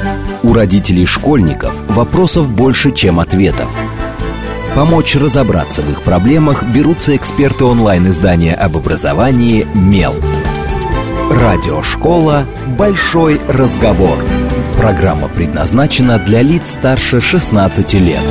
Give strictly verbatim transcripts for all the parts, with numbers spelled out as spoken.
У родителей школьников вопросов больше, чем ответов. Помочь разобраться в их проблемах берутся эксперты онлайн-издания об образовании «Мел». Радиошкола «Большой разговор». Программа предназначена для лиц старше шестнадцати лет.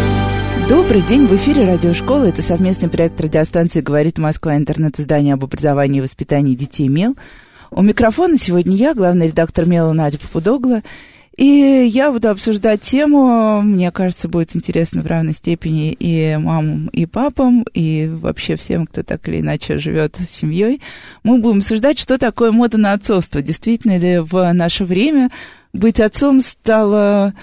Добрый день, в эфире радиошкола. Это совместный проект радиостанции «Говорит Москва», интернет-издание об образовании и воспитании детей «Мел». У микрофона сегодня я, главный редактор «Мела» Надя Попудогла. И я буду обсуждать тему, мне кажется, будет интересно в равной степени и мамам, и папам, и вообще всем, кто так или иначе живет с семьей. Мы будем обсуждать, что такое мода на отцовство. Действительно ли в наше время быть отцом стало...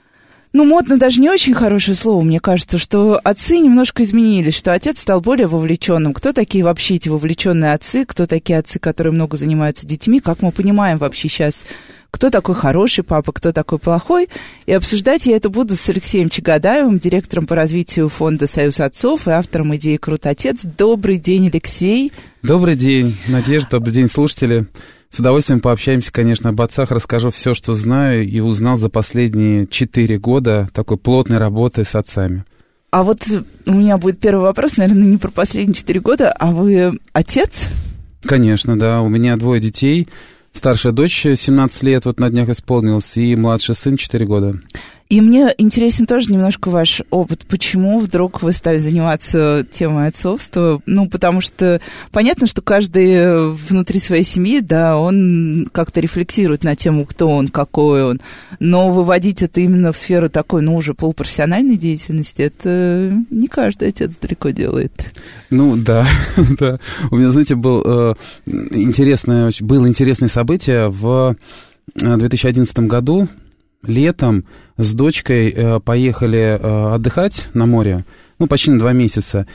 Ну, модно даже не очень хорошее слово, мне кажется, что отцы немножко изменились, что отец стал более вовлеченным. Кто такие вообще эти вовлеченные отцы? Кто такие отцы, которые много занимаются детьми? Как мы понимаем вообще сейчас, кто такой хороший папа, кто такой плохой? И обсуждать я это буду с Алексеем Чагодаевым, директором по развитию фонда «Союз отцов» и автором идеи «Крут отец». Добрый день, Алексей. Добрый день, Надежда, добрый день, слушатели. С удовольствием пообщаемся, конечно, об отцах, расскажу все, что знаю и узнал за последние четыре года такой плотной работы с отцами. А вот у меня будет первый вопрос, наверное, не про последние четыре года, а вы отец? Конечно, да, у меня двое детей. Старшая дочь семнадцать лет, вот на днях исполнилось, и младший сын четыре года. И мне интересен тоже немножко ваш опыт. Почему вдруг вы стали заниматься темой отцовства? Ну, потому что понятно, что каждый внутри своей семьи, да, он как-то рефлексирует на тему, кто он, какой он. Но выводить это именно в сферу такой, ну, уже полупрофессиональной деятельности, это не каждый отец далеко делает. Ну, да, да. У меня, знаете, был, э, интересное, было интересное событие в две тысячи одиннадцатом году. Летом с дочкой э, поехали э, отдыхать на море, ну, почти на два месяца.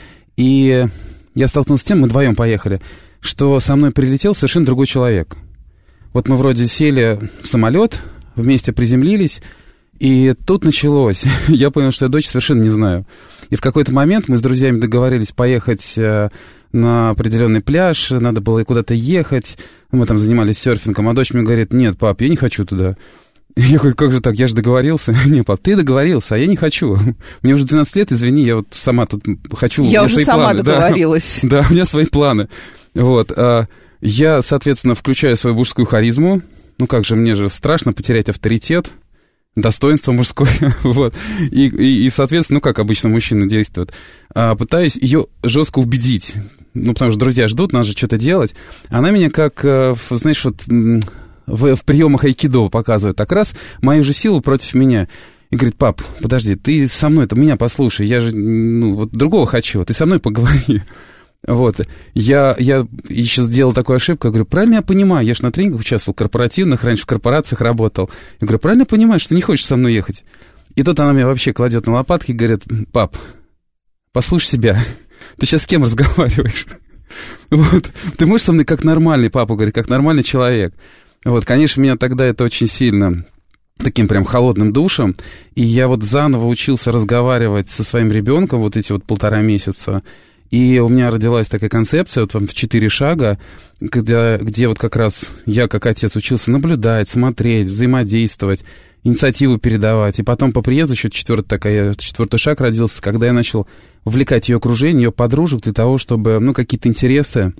И я столкнулся с тем, мы вдвоем поехали, что со мной прилетел совершенно другой человек. Вот мы вроде сели в самолет, вместе приземлились, и тут началось. Я понял, что я дочь совершенно не знаю. И в какой-то момент мы с друзьями договорились поехать э, на определенный пляж, надо было куда-то ехать, мы там занимались серфингом, а дочь мне говорит: нет, пап, я не хочу туда. Я говорю: как же так, я же договорился. Не, пап, ты договорился, а я не хочу. Мне уже двенадцать лет, извини, я вот сама тут хочу... Я уже сама планы. договорилась. Да, да, у меня свои планы. Вот. Я, соответственно, включаю свою мужскую харизму. Ну как же, мне же страшно потерять авторитет, достоинство мужское. Вот. И, и, и, соответственно, ну как обычно мужчины действуют. Пытаюсь ее жестко убедить. Ну, потому что друзья ждут, надо же что-то делать. Она меня как, знаешь, вот... В, в приемах айкидо показывает так раз мою же силу против меня. И говорит: пап, подожди, ты со мной, это меня послушай, я же, ну, вот другого хочу, ты со мной поговори. Вот, я, я еще сделал такую ошибку, я говорю: правильно я понимаю, я же на тренингах участвовал, корпоративных, раньше в корпорациях работал. Я говорю: правильно я понимаю, что ты не хочешь со мной ехать? И тут она меня вообще кладет на лопатки и говорит: пап, послушай себя, ты сейчас с кем разговариваешь? Вот, ты можешь со мной как нормальный, папа говорит, как нормальный человек. Вот, конечно, меня тогда это очень сильно таким прям холодным душем, и я вот заново учился разговаривать со своим ребенком вот эти вот полтора месяца, и у меня родилась такая концепция вот в четыре шага, где, где вот как раз я как отец учился наблюдать, смотреть, взаимодействовать, инициативу передавать, и потом по приезду еще четвертый, такая, четвертый шаг родился, когда я начал увлекать ее окружение, ее подружек для того, чтобы, ну, какие-то интересы...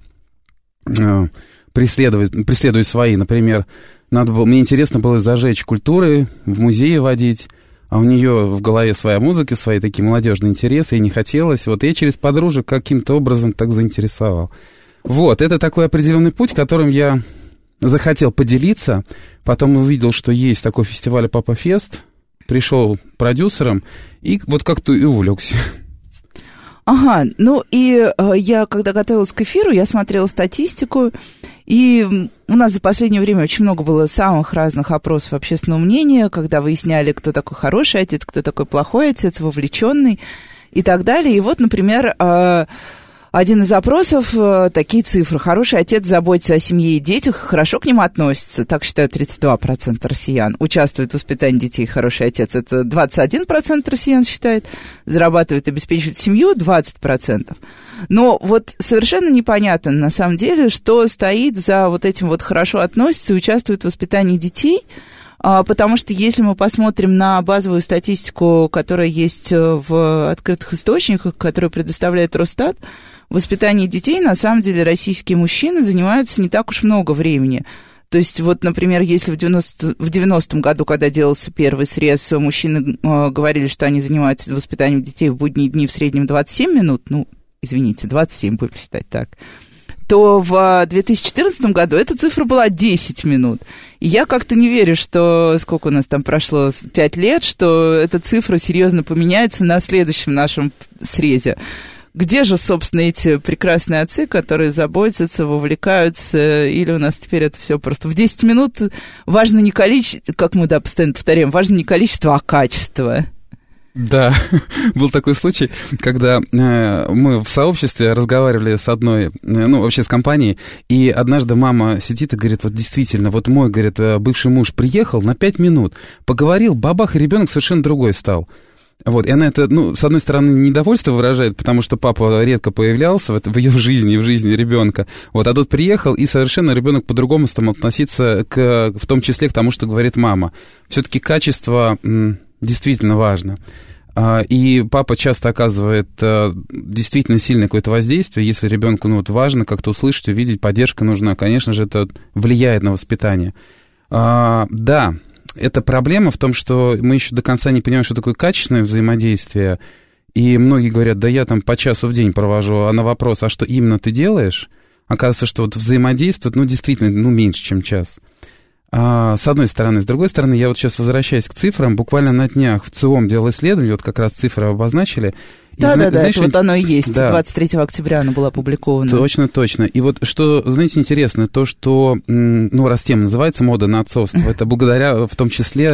преследовать, преследовать свои. Например, надо было, мне интересно было зажечь культуры, в музее водить, а у нее в голове своя музыка, свои такие молодежные интересы, и не хотелось. Вот я через подружек каким-то образом так заинтересовал. Вот, это такой определенный путь, которым я захотел поделиться. Потом увидел, что есть такой фестиваль Папа Фест, пришел продюсером, и вот как-то и увлекся. Ага, ну и э, я, когда готовилась к эфиру, я смотрела статистику, и у нас за последнее время очень много было самых разных опросов общественного мнения, когда выясняли, кто такой хороший отец, кто такой плохой отец, вовлеченный и так далее. И вот, например, э, один из запросов, э, такие цифры. Хороший отец заботится о семье и детях, хорошо к ним относится. Так считают тридцать два процента россиян. Участвует в воспитании детей хороший отец. Это двадцать один процент россиян считает. Зарабатывает, обеспечивает семью двадцать процентов. Но вот совершенно непонятно, на самом деле, что стоит за вот этим вот хорошо относится и участвует в воспитании детей. Потому что если мы посмотрим на базовую статистику, которая есть в открытых источниках, которую предоставляет Росстат, в воспитании детей, на самом деле, российские мужчины занимаются не так уж много времени. То есть, вот, например, если в девяностом году, когда делался первый срез, мужчины э, говорили, что они занимаются воспитанием детей в будние дни в среднем двадцать семь минут, ну, извините, двадцать семь, будем считать так, то в две тысячи четырнадцатом году эта цифра была десять минут. И я как-то не верю, что сколько у нас там прошло, пять лет, что эта цифра серьезно поменяется на следующем нашем срезе. Где же, собственно, эти прекрасные отцы, которые заботятся, вовлекаются, или у нас теперь это все просто в десять минут важно не количество, как мы, да, постоянно повторяем, важно не количество, а качество. Да, был такой случай, когда э, мы в сообществе разговаривали с одной, э, ну, вообще с компанией, и однажды мама сидит и говорит, вот действительно, вот мой, говорит, бывший муж приехал на пять минут, поговорил, бабах, и ребенок совершенно другой стал. Вот, и она это, ну, с одной стороны, недовольство выражает, потому что папа редко появлялся в, это, в ее жизни и в жизни ребенка. Вот, а тут приехал, и совершенно ребенок по-другому стал относиться к, в том числе к тому, что говорит мама. Все-таки качество м, действительно важно. А, и папа часто оказывает а, действительно сильное какое-то воздействие. Если ребенку, ну, вот важно как-то услышать, увидеть, поддержка нужна, конечно же, это влияет на воспитание. А, да. Эта проблема в том, что мы еще до конца не понимаем, что такое качественное взаимодействие, и многие говорят, да я там по часу в день провожу, а на вопрос, а что именно ты делаешь, оказывается, что вот взаимодействует, ну, действительно, ну, меньше, чем час. А, с одной стороны. С другой стороны, я вот сейчас возвращаюсь к цифрам, буквально на днях в ЦИОМ делал исследование, вот как раз цифры обозначили. Да-да-да, это вот оно и есть, да. двадцать третьего октября оно было опубликовано. Точно, точно. И вот что, знаете, интересно, то, что, ну, раз тема называется «Мода на отцовство», это благодаря, в том числе,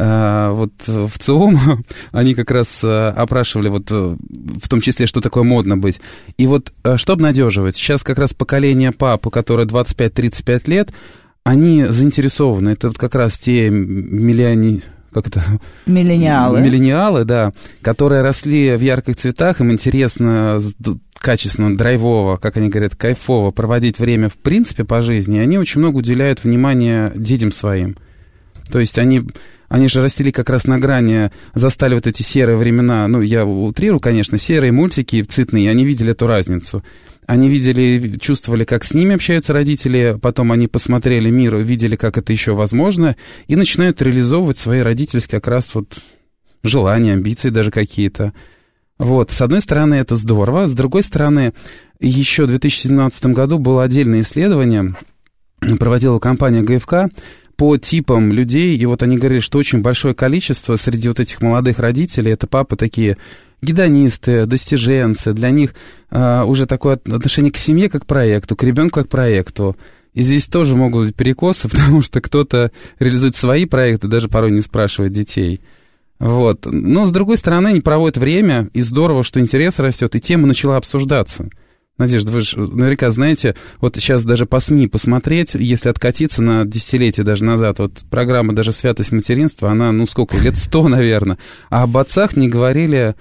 вот в ЦИОМ, они как раз опрашивали, вот в том числе, что такое модно быть. И вот что обнадеживает, сейчас как раз поколение пап, которое двадцать пять тридцать пять лет, они заинтересованы, это вот как раз те миллионы... Как это? Миллениалы. Миллениалы, да, которые росли в ярких цветах, им интересно качественно, драйвово, как они говорят, кайфово проводить время в принципе по жизни, и они очень много уделяют внимания детям своим. То есть они, они же растили как раз на грани, застали вот эти серые времена, ну, я утрирую, конечно, серые мультики цветные, они видели эту разницу. Они видели, чувствовали, как с ними общаются родители, потом они посмотрели мир, видели, как это еще возможно, и начинают реализовывать свои родительские как раз вот желания, амбиции даже какие-то. Вот, с одной стороны, это здорово, с другой стороны, еще в две тысячи семнадцатом году было отдельное исследование, проводила компания ГФК, по типам людей, и вот они говорили, что очень большое количество среди вот этих молодых родителей, это папы такие гедонисты, достиженцы, для них а, уже такое отношение к семье как к проекту, к ребенку как к проекту. И здесь тоже могут быть перекосы, потому что кто-то реализует свои проекты, даже порой не спрашивает детей. Вот. Но, с другой стороны, они проводят время, и здорово, что интерес растет, и тема начала обсуждаться. Надежда, вы же наверняка знаете, вот сейчас даже по СМИ посмотреть, если откатиться на десятилетия даже назад, вот программа даже «Святость материнства», она, ну, сколько, лет сто, наверное, а об отцах не говорили,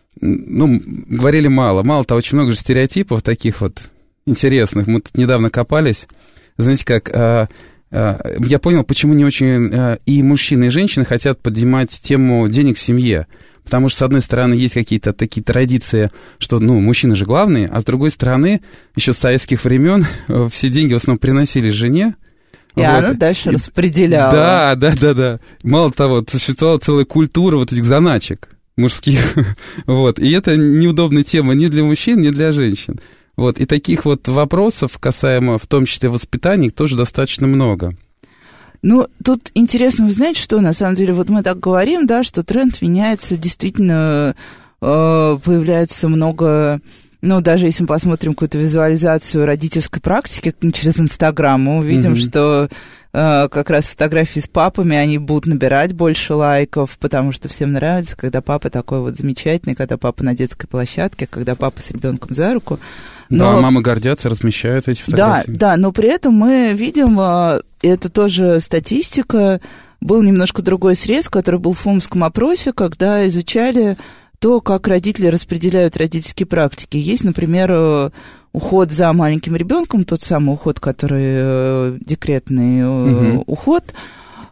ну, говорили мало. Мало-то, очень много же стереотипов таких вот интересных. Мы тут недавно копались, знаете как, а, а, я понял, почему не очень а, и мужчины, и женщины хотят поднимать тему денег в семье. Потому что, с одной стороны, есть какие-то такие традиции, что, ну, мужчины же главные, а с другой стороны, еще с советских времен все деньги в основном приносили жене. И вот. Она дальше и, распределяла. Да, да, да, да. Мало того, существовала целая культура вот этих заначек мужских. Вот. И это неудобная тема ни для мужчин, ни для женщин. Вот. И таких вот вопросов, касаемо, в том числе воспитания, тоже достаточно много. Ну, тут интересно, вы знаете, что на самом деле, вот мы так говорим, да, что тренд меняется, действительно э, появляется много, ну, даже если мы посмотрим какую-то визуализацию родительской практики через Инстаграм, мы увидим, mm-hmm. что э, как раз фотографии с папами, они будут набирать больше лайков, потому что всем нравится, когда папа такой вот замечательный, когда папа на детской площадке, когда папа с ребенком за руку. Но... Да, мамы гордятся, размещают эти фотографии. Да, да, но при этом мы видим, это тоже статистика, был немножко другой срез, который был в ФУМском опросе, когда изучали то, как родители распределяют родительские практики. Есть, например, уход за маленьким ребенком, тот самый уход, который декретный угу. уход.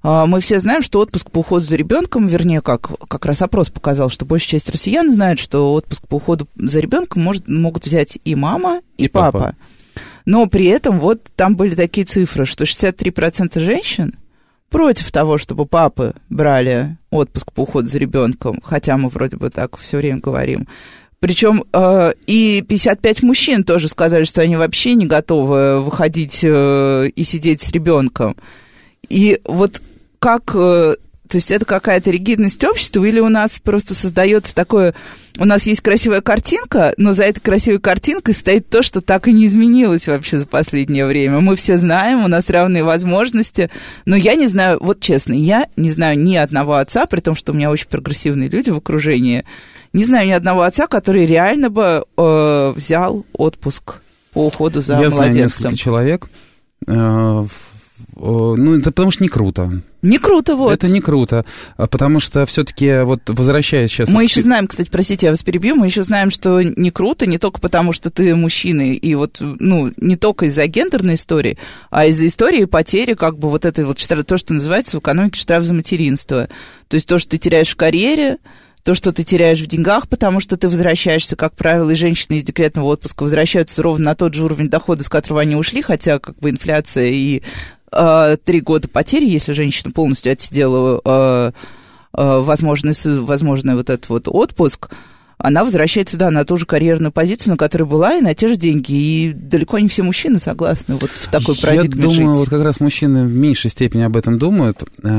Мы все знаем, что отпуск по уходу за ребенком, вернее, как, как раз опрос показал, что большая часть россиян знает, что отпуск по уходу за ребенком может, могут взять и мама, и, и папа. папа. Но при этом вот там были такие цифры, что шестьдесят три процента женщин против того, чтобы папы брали отпуск по уходу за ребенком, хотя мы вроде бы так все время говорим. Причем э, и пятьдесят пять мужчин тоже сказали, что они вообще не готовы выходить э, и сидеть с ребенком. И вот как, э, то есть это какая-то ригидность общества, или у нас просто создается такое, у нас есть красивая картинка, но за этой красивой картинкой стоит то, что так и не изменилось вообще за последнее время. Мы все знаем, у нас равные возможности, но я не знаю, вот честно, я не знаю ни одного отца, при том, что у меня очень прогрессивные люди в окружении, не знаю ни одного отца, который реально бы э, взял отпуск по уходу за я младенцем. Я знаю несколько человек, э, ну, это потому что не круто. Не круто, вот. Это не круто, потому что все-таки, вот возвращаясь сейчас... Мы еще знаем, кстати, простите, я вас перебью, мы еще знаем, что не круто не только потому, что ты мужчина, и вот, ну, не только из-за гендерной истории, а из-за истории потери, как бы, вот этой вот, то, что называется в экономике штраф за материнство. То есть то, что ты теряешь в карьере, то, что ты теряешь в деньгах, потому что ты возвращаешься, как правило, и женщины из декретного отпуска возвращаются ровно на тот же уровень дохода, с которого они ушли, хотя, как бы, инфляция и... Три года потери, если женщина полностью отсидела э, э, возможный, возможный вот этот вот отпуск, она возвращается, да, на ту же карьерную позицию, на которой была, и на те же деньги. И далеко не все мужчины согласны вот в такой парадигме жить. Я думаю, жить. вот как раз мужчины в меньшей степени об этом думают.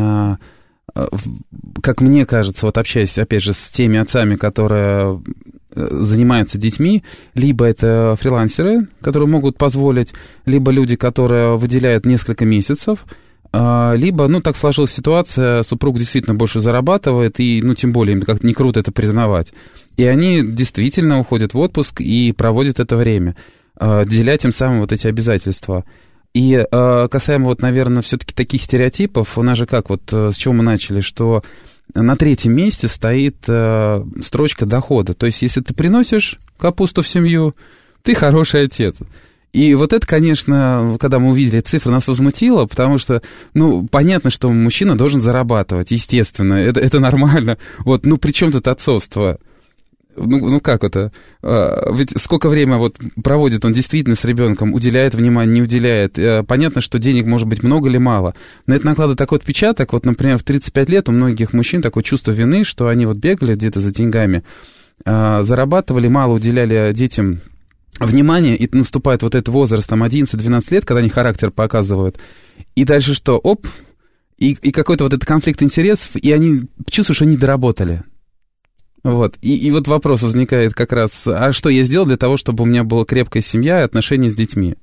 Как мне кажется, вот общаясь, опять же, с теми отцами, которые занимаются детьми, либо это фрилансеры, которые могут позволить, либо люди, которые выделяют несколько месяцев, либо, ну, так сложилась ситуация, супруг действительно больше зарабатывает, и, ну, тем более, им как-то не круто это признавать. И они действительно уходят в отпуск и проводят это время, деля тем самым вот эти обязательства. И касаемо, вот, наверное, все-таки таких стереотипов, у нас же как, вот с чего мы начали, что на третьем месте стоит э, строчка дохода. То есть, если ты приносишь капусту в семью, ты хороший отец. И вот это, конечно, когда мы увидели цифры, нас возмутило, потому что, ну, понятно, что мужчина должен зарабатывать, естественно, это, это нормально. Вот, ну, при чем тут отцовство? Ну, ну как это? Ведь сколько времени вот проводит он действительно с ребенком, уделяет внимание, не уделяет. Понятно, что денег может быть много или мало, но это накладывает такой отпечаток. Вот, например, в тридцать пять лет у многих мужчин такое чувство вины, что они вот бегали где-то за деньгами, зарабатывали, мало уделяли детям внимания, и наступает вот этот возраст, там, одиннадцать-двенадцать лет, когда они характер показывают. И дальше что? Оп! И, и какой-то вот этот конфликт интересов, и они чувствуют, что они доработали. Вот, и, и вот вопрос возникает как раз, а что я сделал для того, чтобы у меня была крепкая семья и отношения с детьми?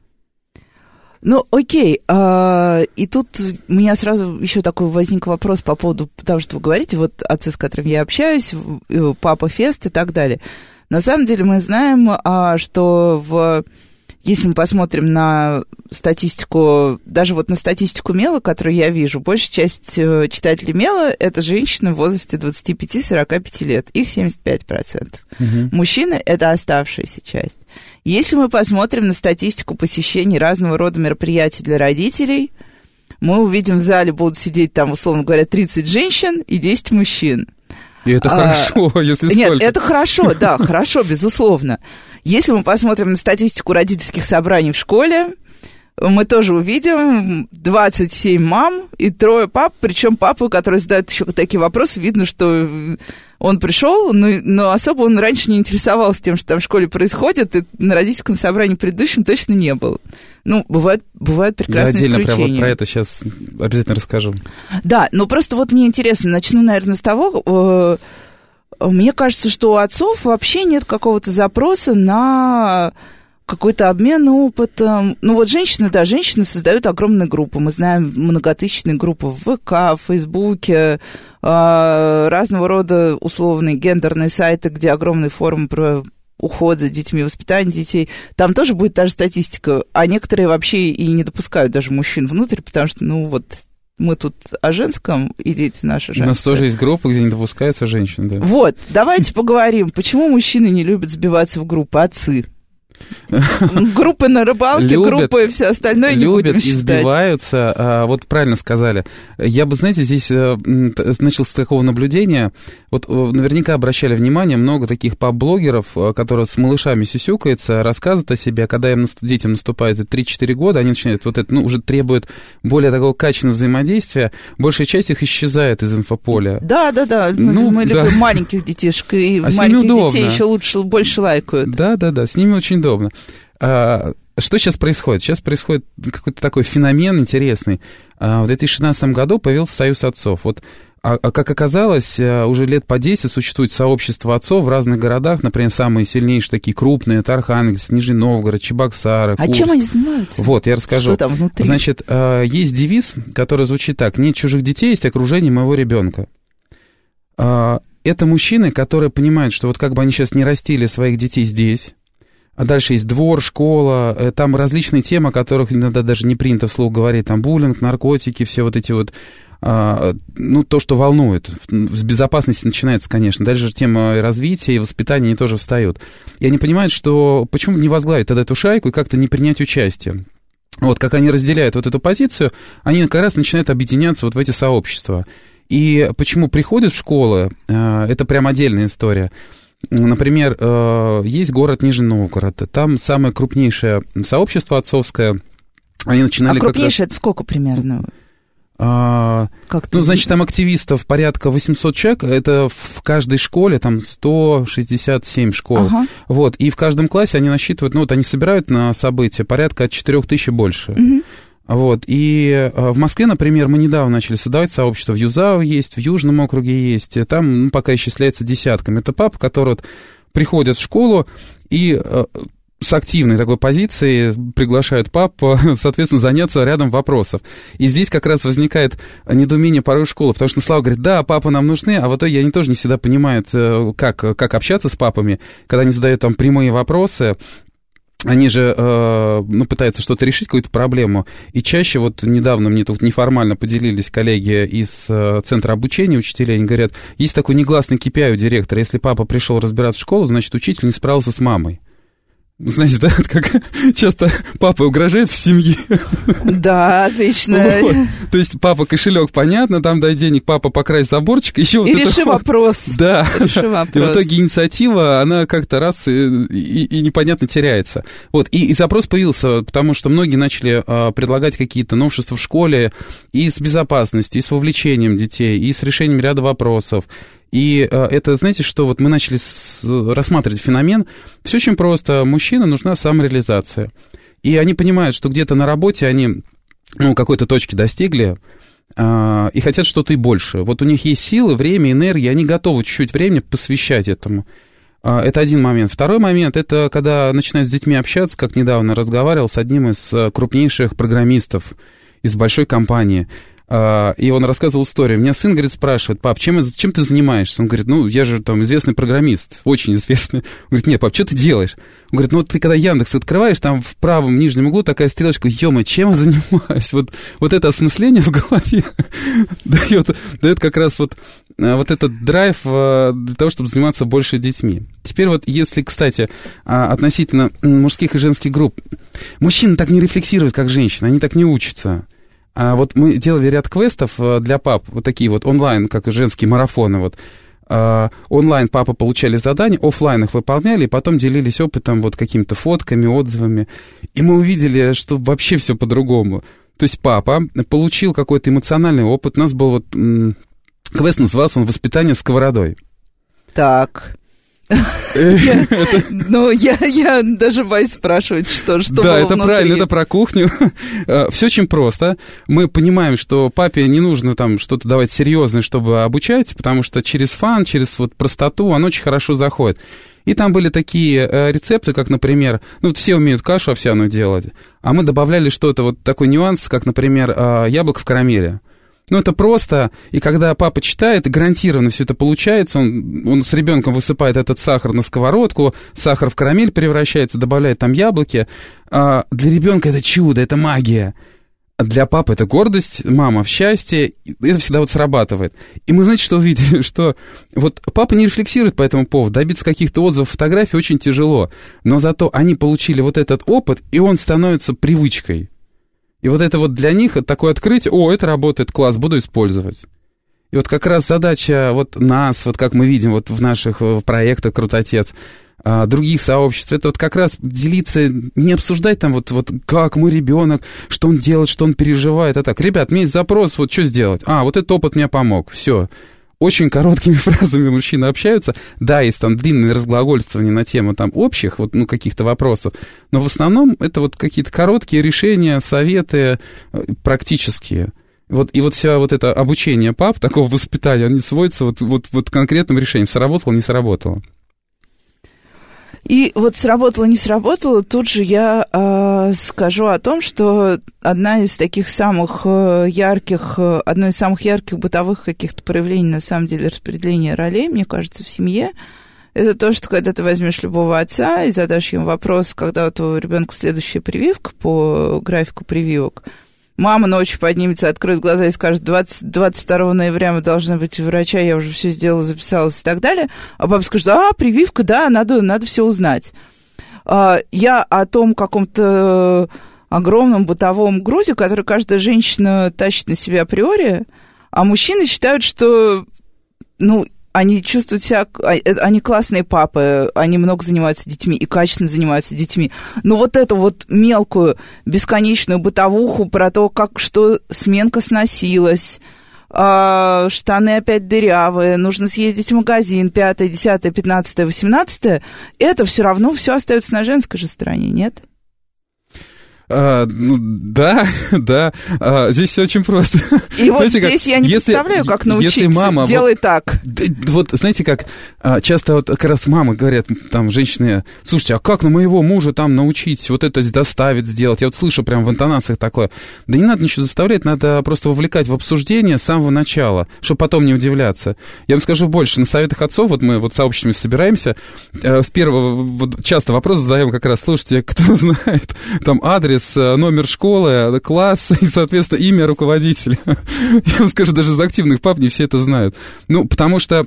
Ну, окей, а, и тут у меня сразу еще такой возник вопрос по поводу того, что вы говорите, вот отцы, с которыми я общаюсь, папа Фест и так далее. На самом деле мы знаем, а, что в... Если мы посмотрим на статистику, даже вот на статистику Мела, которую я вижу, большая часть читателей Мела – это женщины в возрасте двадцать пять - сорок пять лет, их семьдесят пять процентов. Угу. Мужчины – это оставшаяся часть. Если мы посмотрим на статистику посещений разного рода мероприятий для родителей, мы увидим, в зале будут сидеть там, условно говоря, тридцать женщин и десять мужчин. И это а, хорошо, если нет, столько. Нет, это хорошо, да, хорошо, безусловно. Если мы посмотрим на статистику родительских собраний в школе, мы тоже увидим двадцать семь мам и трое пап, причем папы, которые задают еще такие вопросы, видно, что он пришел, но, но особо он раньше не интересовался тем, что там в школе происходит, и на родительском собрании предыдущем точно не был. Ну, бывают, бывают прекрасные исключения. Я отдельно прям вот про это сейчас обязательно расскажу. Да, но просто вот мне интересно, начну, наверное, с того... Э, мне кажется, что у отцов вообще нет какого-то запроса на какой-то обмен опытом. Ну вот женщины, да, женщины создают огромные группы. Мы знаем многотысячные группы в ВК, в Фейсбуке, э, разного рода условные гендерные сайты, где огромный форум про уход за детьми, воспитание детей. Там тоже будет та же статистика. А некоторые вообще и не допускают даже мужчин внутрь, потому что, ну вот... Мы тут о женском, и дети наши женские. У нас тоже есть группы, где не допускаются женщины, да. Вот, давайте поговорим, почему мужчины не любят сбиваться в группы, отцы? Группы на рыбалке, любят, группы и все остальное не любят, будем считать. Избиваются. А, вот правильно сказали. Я бы, знаете, здесь начал с такого наблюдения. Вот наверняка обращали внимание, много таких паб-блогеров, которые с малышами сюсюкаются, рассказывают о себе. Когда им, детям наступает три-четыре года, они начинают вот это, ну, уже требуют более такого качественного взаимодействия. Большая часть их исчезает из инфополя. Да, да, да. Ну, мы да. любим маленьких детишек, и а маленьких детей еще лучше, больше лайкают. Да, да, да, с ними очень удобно. А, что сейчас происходит? Сейчас происходит какой-то такой феномен интересный. А, в две тысячи шестнадцатом году появился Союз отцов. Вот, а, а как оказалось, уже лет по десять существует сообщество отцов в разных городах, например, самые сильнейшие такие крупные, это Архангельск, Нижний Новгород, Чебоксары, А Курск. чем они занимаются? Вот, я расскажу. Что там внутри? Значит, есть девиз, который звучит так: «Нет чужих детей, есть окружение моего ребенка». Это мужчины, которые понимают, что вот как бы они сейчас не растили своих детей здесь, а дальше есть двор, школа, там различные темы, о которых иногда даже не принято вслух говорить, там буллинг, наркотики, все вот эти вот, а, ну, то, что волнует. С безопасности начинается, конечно. Дальше же тема развития и воспитания, они тоже встают. И они понимают, что почему не возглавить тогда эту шайку и как-то не принять участие. Вот, как они разделяют вот эту позицию, они как раз начинают объединяться вот в эти сообщества. И почему приходят в школы, это прям отдельная история. Например, есть город Нижний Новгород, там самое крупнейшее сообщество отцовское. Они начинали а крупнейшее как раз... это сколько примерно? А, как ну, значит, там активистов порядка восемьсот человек, это в каждой школе, там сто шестьдесят семь школ. Ага. Вот, и в каждом классе они насчитывают, ну, вот они собирают на события порядка от четырех тысяч и больше. Угу. Вот, и в Москве, например, мы недавно начали создавать сообщество, в Юзао есть, в Южном округе есть, там, ну, пока исчисляется десятками. Это папы, которые вот приходят в школу и с активной такой позицией приглашают пап, соответственно, заняться рядом вопросов. И здесь как раз возникает недоумение порой школы, потому что Слава говорит: да, папы нам нужны, а в итоге они тоже не всегда понимают, как, как общаться с папами, когда они задают там прямые вопросы. Они же, э, ну, пытаются что-то решить, какую-то проблему, и чаще, вот недавно мне тут неформально поделились коллеги из э, Центра обучения учителей, они говорят, есть такой негласный кей пи ай у директора: если папа пришел разбираться в школу, значит, учитель не справился с мамой. Знаете, да, как часто папа угрожает в семье. Да, отлично. Вот. То есть папа кошелек, понятно, там дай денег, папа покрась заборчик, еще вот и это реши вот. вопрос. Да. Реши вопрос. И в итоге инициатива, она как-то раз и, и, и непонятно теряется. Вот, и, и запрос появился, потому что многие начали а, предлагать какие-то новшества в школе и с безопасностью, и с вовлечением детей, и с решением ряда вопросов. И э, это, знаете, что вот мы начали с, рассматривать феномен. Все очень просто. Мужчине нужна самореализация. И они понимают, что где-то на работе они, ну, какой-то точки достигли, э, и хотят что-то и больше. Вот у них есть силы, время, энергия, они готовы чуть-чуть времени посвящать этому. Э, это один момент. Второй момент, это когда начинают с детьми общаться, как недавно разговаривал с одним из крупнейших программистов из большой компании. И он рассказывал историю. Меня сын, говорит, спрашивает: пап, чем, чем ты занимаешься? Он говорит: ну, я же там известный программист, очень известный. Он говорит: нет, пап, что ты делаешь? Он говорит: ну, вот ты когда Яндекс открываешь, там в правом нижнем углу такая стрелочка: ё-моё, чем я занимаюсь? Вот, вот это осмысление в голове дает, дает как раз вот, вот этот драйв для того, чтобы заниматься больше детьми. Теперь вот, если, кстати, относительно мужских и женских групп, мужчины так не рефлексируют, как женщины, они так не учатся. А вот мы делали ряд квестов для пап, вот такие вот онлайн, как женские марафоны, вот. А, онлайн папы получали задания, офлайн их выполняли, и потом делились опытом, вот какими-то фотками, отзывами. И мы увидели, что вообще все по-другому. То есть папа получил какой-то эмоциональный опыт. У нас был вот м- квест, назывался он «Воспитание сковородой». Так... Ну, я даже боюсь спрашивать, что было внутри. Да, это правильно, это про кухню. Все очень просто. Мы понимаем, что папе не нужно там что-то давать серьезное, чтобы обучать, потому что через фан, через вот простоту он очень хорошо заходит. И там были такие рецепты, как, например, ну, вот все умеют кашу овсяную делать, а мы добавляли что-то, вот такой нюанс, как, например, яблоко в карамели. Ну, это просто, и когда папа читает, гарантированно все это получается, он, он с ребенком высыпает этот сахар на сковородку, сахар в карамель превращается, добавляет там яблоки. А для ребенка это чудо, это магия. для папы это гордость, мама в счастье, это всегда вот срабатывает. И мы, знаете, что увидели? Что вот папа не рефлексирует по этому поводу, добиться каких-то отзывов, фотографий очень тяжело, но зато они получили вот этот опыт, и он становится привычкой. И вот это вот для них такое открытие, о, это работает, класс, буду использовать. И вот как раз задача вот нас, вот как мы видим вот в наших проектах «Крутотец», других сообществ, это вот как раз делиться, не обсуждать там вот, вот как мой ребенок, что он делает, что он переживает, а так, ребят, у меня есть запрос, вот что сделать? А, вот этот опыт мне помог, все. Очень короткими фразами мужчины общаются, да, есть там длинные разглагольствования на тему там общих, вот, ну, каких-то вопросов, но в основном это вот какие-то короткие решения, советы практические. Вот, и вот все вот это обучение пап, такого воспитания, оно не сводится вот, вот, вот конкретным решением, сработало, не сработало. И вот сработало, не сработало, тут же я э, скажу о том, что одна из таких самых э, ярких, э, одно из самых ярких бытовых каких-то проявлений, на самом деле, распределения ролей, мне кажется, в семье, это то, что когда ты возьмешь любого отца и задашь ему вопрос, когда у твоего ребенка следующая прививка по графику прививок, мама ночью поднимется, откроет глаза и скажет, двадцать, двадцать второго ноября мы должны быть у врача, я уже все сделала, записалась и так далее. А папа скажет, а, прививка, да, надо, надо все узнать. Я о том каком-то огромном бытовом грузе, который каждая женщина тащит на себя априори, а мужчины считают, что, ну, они чувствуют себя, они классные папы, они много занимаются детьми и качественно занимаются детьми. Но вот эту вот мелкую, бесконечную бытовуху про то, как что сменка сносилась, штаны опять дырявые, нужно съездить в магазин, пятое, десятое, пятнадцатое, восемнадцатое, это все равно все остается на женской же стороне, нет? А, ну, да, да, а, здесь все очень просто. И вот знаете, здесь как, я не если, представляю, как научить, мама, делай вот, так. Да, вот, знаете, как часто вот как раз мамы говорят, там, женщины, слушайте, а как на моего мужа там научить вот это доставить, сделать? Я вот слышу прям в интонациях такое. Да не надо ничего заставлять, надо просто вовлекать в обсуждение с самого начала, чтобы потом не удивляться. Я вам скажу больше, на советах отцов, вот мы вот сообществами собираемся, с первого, вот часто вопрос задаем как раз, слушайте, кто знает там адрес, номер школы, класс и, соответственно, имя руководителя. Я вам скажу, даже из активных пап не все это знают. Ну, потому что...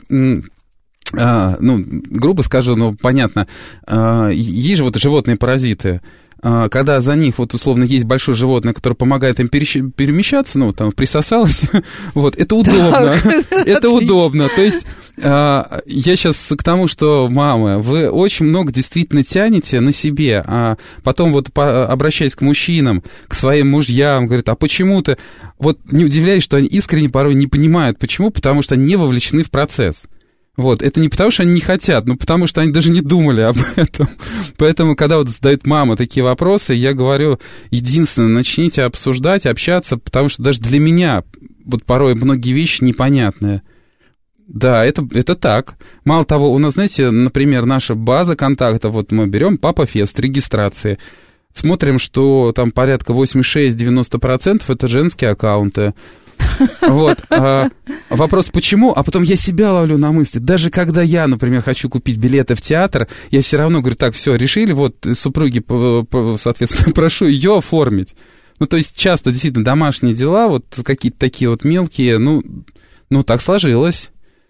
А, ну, грубо скажу, ну, понятно, а, есть же вот животные паразиты. А, когда за них, вот, условно, есть большое животное, которое помогает им перещ- перемещаться, ну, там, присосалось, вот, это удобно, это удобно, то есть... Uh, я сейчас к тому, что, мамы, вы очень много действительно тянете на себе, а потом вот по, обращаясь к мужчинам, к своим мужьям, говорят, а почему ты... Вот не удивляюсь, что они искренне порой не понимают, почему, потому что они не вовлечены в процесс. Вот, это не потому, что они не хотят, но потому, что они даже не думали об этом. Поэтому, когда вот задают мама такие вопросы, я говорю, единственное, начните обсуждать, общаться, потому что даже для меня вот порой многие вещи непонятные. Да, это, это так. Мало того, у нас, знаете, например, наша база контактов, вот мы берем Папа Фест, регистрации, смотрим, что там порядка восемьдесят шесть - девяносто процентов это женские аккаунты. Вот. А, вопрос, почему? А потом я себя ловлю на мысли. Даже когда я, например, хочу купить билеты в театр, я все равно говорю, так, все, решили, вот, супруги, соответственно, прошу ее оформить. Ну, то есть часто действительно домашние дела, вот какие-то такие вот мелкие, ну, ну так сложилось.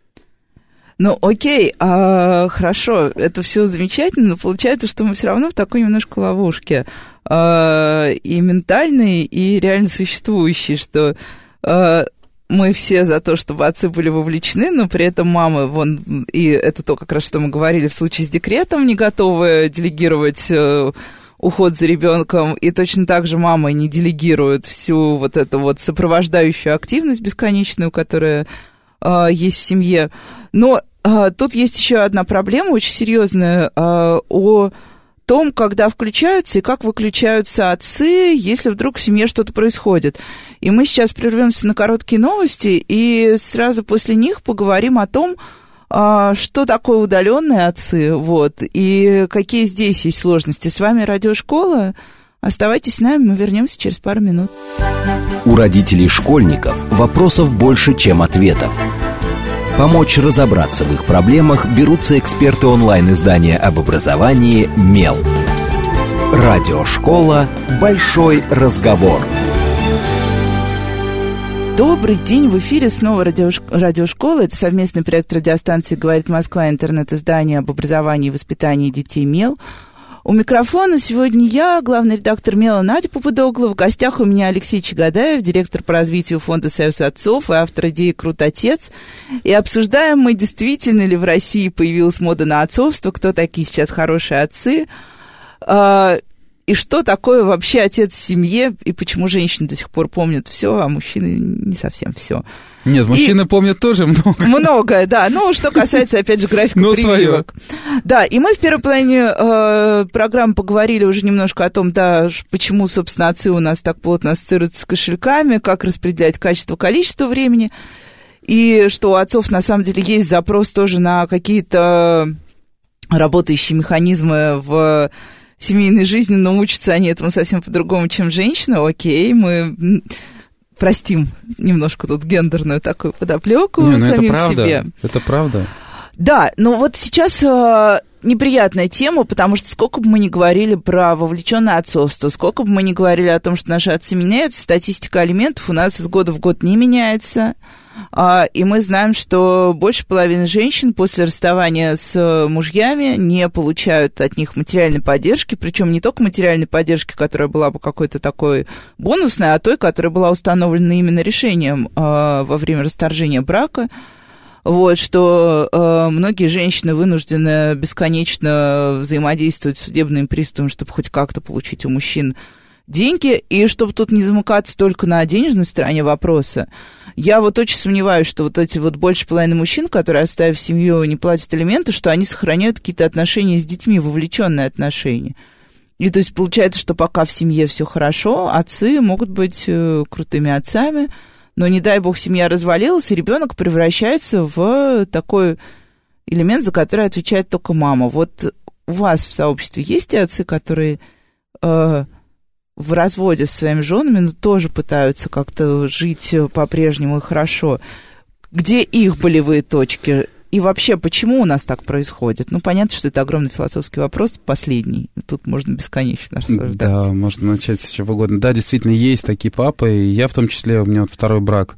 Ну, окей, а, хорошо, это все замечательно, но получается, что мы все равно в такой немножко ловушке, а, и ментальной, и реально существующей, что а, мы все за то, чтобы отцы были вовлечены, но при этом мамы, вон, и это то, как раз, что мы говорили, в случае с декретом не готовы делегировать а, уход за ребенком, и точно так же мамы не делегируют всю вот эту вот сопровождающую активность бесконечную, которая а, есть в семье. Но а, тут есть еще одна проблема очень серьезная а, о том, когда включаются и как выключаются отцы, если вдруг в семье что-то происходит. И мы сейчас прервемся на короткие новости и сразу после них поговорим о том, а, что такое удаленные отцы, вот, и какие здесь есть сложности. С вами Радиошкола. Оставайтесь с нами, мы вернемся через пару минут. У родителей школьников вопросов больше, чем ответов. Помочь разобраться в их проблемах берутся эксперты онлайн-издания об образовании «Мел». Радиошкола «Большой разговор». Добрый день, в эфире снова радио, радиошкола. Это совместный проект радиостанции «Говорит Москва», интернет-издание об образовании и воспитании детей МЕЛ. У микрофона сегодня я, главный редактор МЕЛа Надя Попудогла. В гостях у меня Алексей Чагадаев, директор по развитию фонда «Союз отцов» и автор идеи «Крут отец». И обсуждаем мы, действительно ли в России появилась мода на отцовство, кто такие сейчас хорошие отцы, и что такое вообще отец в семье, и почему женщины до сих пор помнят все, а мужчины не совсем все. Нет, мужчины и помнят тоже много. Многое, да. Ну, что касается, опять же, графика ну, прививок. Свое. Да, и мы в первой половине э, программы поговорили уже немножко о том, да, почему, собственно, отцы у нас так плотно ассоциируются с кошельками, как распределять качество, количество времени, и что у отцов, на самом деле, есть запрос тоже на какие-то работающие механизмы в семейной жизни, но учатся они этому совсем по-другому, чем женщины. Окей, мы простим немножко тут гендерную такую подоплеку Не, ну самим это правда, себе. Это правда. Да, но вот сейчас э, неприятная тема, потому что сколько бы мы ни говорили про вовлеченное отцовство, сколько бы мы ни говорили о том, что наши отцы меняются, статистика алиментов у нас из года в год не меняется. И мы знаем, что больше половины женщин после расставания с мужьями не получают от них материальной поддержки, причем не только материальной поддержки, которая была бы какой-то такой бонусной, а той, которая была установлена именно решением во время расторжения брака. Вот, что э, многие женщины вынуждены бесконечно взаимодействовать с судебными приставами, чтобы хоть как-то получить у мужчин деньги, и чтобы тут не замыкаться только на денежной стороне вопроса. Я вот очень сомневаюсь, что вот эти вот больше половины мужчин, которые, оставив семью, не платят алименты, что они сохраняют какие-то отношения с детьми, вовлеченные отношения. И то есть получается, что пока в семье все хорошо, отцы могут быть э, крутыми отцами, но, не дай бог, семья развалилась, и ребенок превращается в такой элемент, за который отвечает только мама. Вот у вас в сообществе есть те отцы, которые э, в разводе с своими женами, но тоже пытаются как-то жить по-прежнему и хорошо? Где их болевые точки? И вообще, почему у нас так происходит? Ну, понятно, что это огромный философский вопрос, последний. Тут можно бесконечно рассуждать. Да, можно начать с чего угодно. Да, действительно, есть такие папы, и я в том числе, у меня вот второй брак.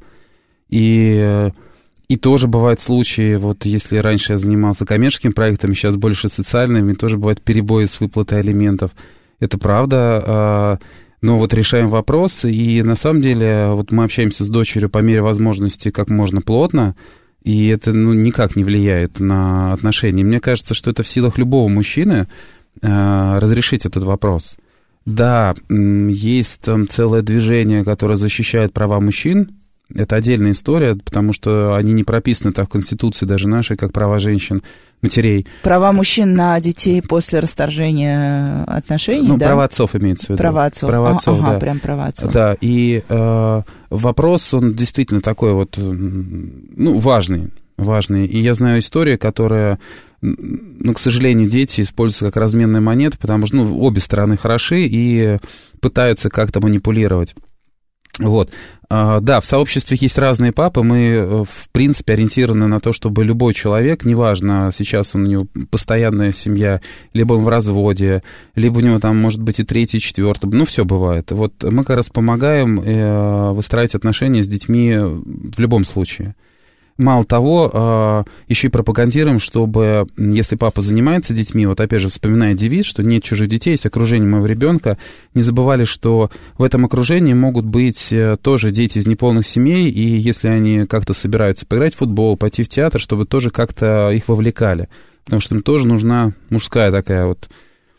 И, и тоже бывают случаи, вот если раньше я занимался коммерческими проектами, сейчас больше социальными, тоже бывают перебои с выплатой алиментов. Это правда. Но вот решаем вопрос, и на самом деле вот мы общаемся с дочерью по мере возможности как можно плотно, и это ну, никак не влияет на отношения. Мне кажется, что это в силах любого мужчины э, разрешить этот вопрос. Да, есть там целое движение, которое защищает права мужчин. Это отдельная история, потому что они не прописаны так в Конституции даже нашей, как права женщин, матерей. Права мужчин на детей после расторжения отношений, ну, да? Права отцов имеется в виду. Права отцов. Права отцов, ага, да. Прям права отцов. Да, и э, вопрос, он действительно такой вот, ну, важный, важный. И я знаю историю, которая, ну, к сожалению, дети используются как разменная монета, потому что, ну, обе стороны хороши и пытаются как-то манипулировать. Вот. А, да, в сообществе есть разные папы, мы, в принципе, ориентированы на то, чтобы любой человек, неважно, сейчас у него постоянная семья, либо он в разводе, либо у него там, может быть, и третий, и четвертый, ну, все бывает. Вот мы как раз помогаем э, выстраивать отношения с детьми в любом случае. Мало того, еще и пропагандируем, чтобы, если папа занимается детьми, вот опять же, вспоминая девиз, что нет чужих детей, есть окружение моего ребенка, не забывали, что в этом окружении могут быть тоже дети из неполных семей, и если они как-то собираются поиграть в футбол, пойти в театр, чтобы тоже как-то их вовлекали, потому что им тоже нужна мужская такая вот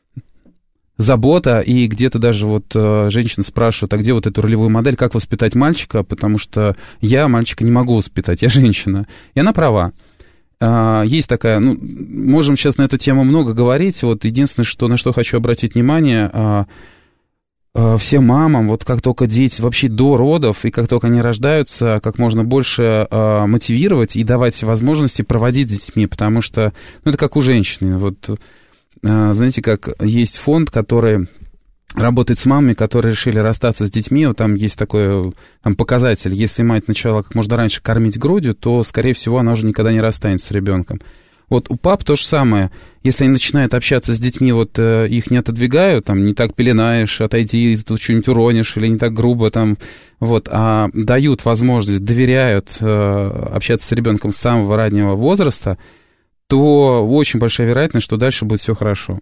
забота, и где-то даже вот э, женщины спрашивают, а где вот эту ролевую модель, как воспитать мальчика, потому что я мальчика не могу воспитать, я женщина. И она права. Э, есть такая, ну, можем сейчас на эту тему много говорить, вот единственное, что, на что хочу обратить внимание, э, э, всем мамам, вот как только дети, вообще до родов, и как только они рождаются, как можно больше э, мотивировать и давать возможности проводить с детьми, потому что, ну, это как у женщины, вот. Знаете, как есть фонд, который работает с мамами, которые решили расстаться с детьми. Вот там есть такой там, показатель. Если мать начала как можно раньше кормить грудью, то, скорее всего, она уже никогда не расстанется с ребенком. Вот у пап то же самое. Если они начинают общаться с детьми, вот э, их не отодвигают, там, не так пеленаешь, отойди, ты тут что-нибудь уронишь, или не так грубо, там, вот, а дают возможность, доверяют э, общаться с ребенком с самого раннего возраста, то очень большая вероятность, что дальше будет все хорошо.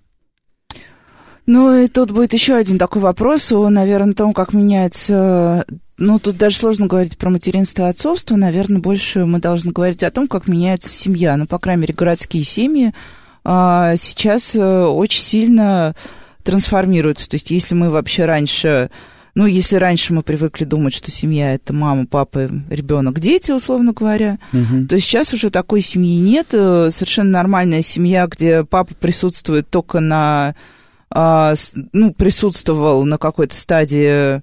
Ну, и тут будет еще один такой вопрос, о, наверное, том, как меняется... Ну, тут даже сложно говорить про материнство и отцовство, наверное, больше мы должны говорить о том, как меняется семья. Ну, по крайней мере, городские семьи а, сейчас а, очень сильно трансформируются. То есть, если мы вообще раньше... Ну, если раньше мы привыкли думать, что семья – это мама, папа, ребенок, дети, условно говоря, угу. то сейчас уже такой семьи нет. Совершенно нормальная семья, где папа присутствует только на... ну, присутствовал на какой-то стадии,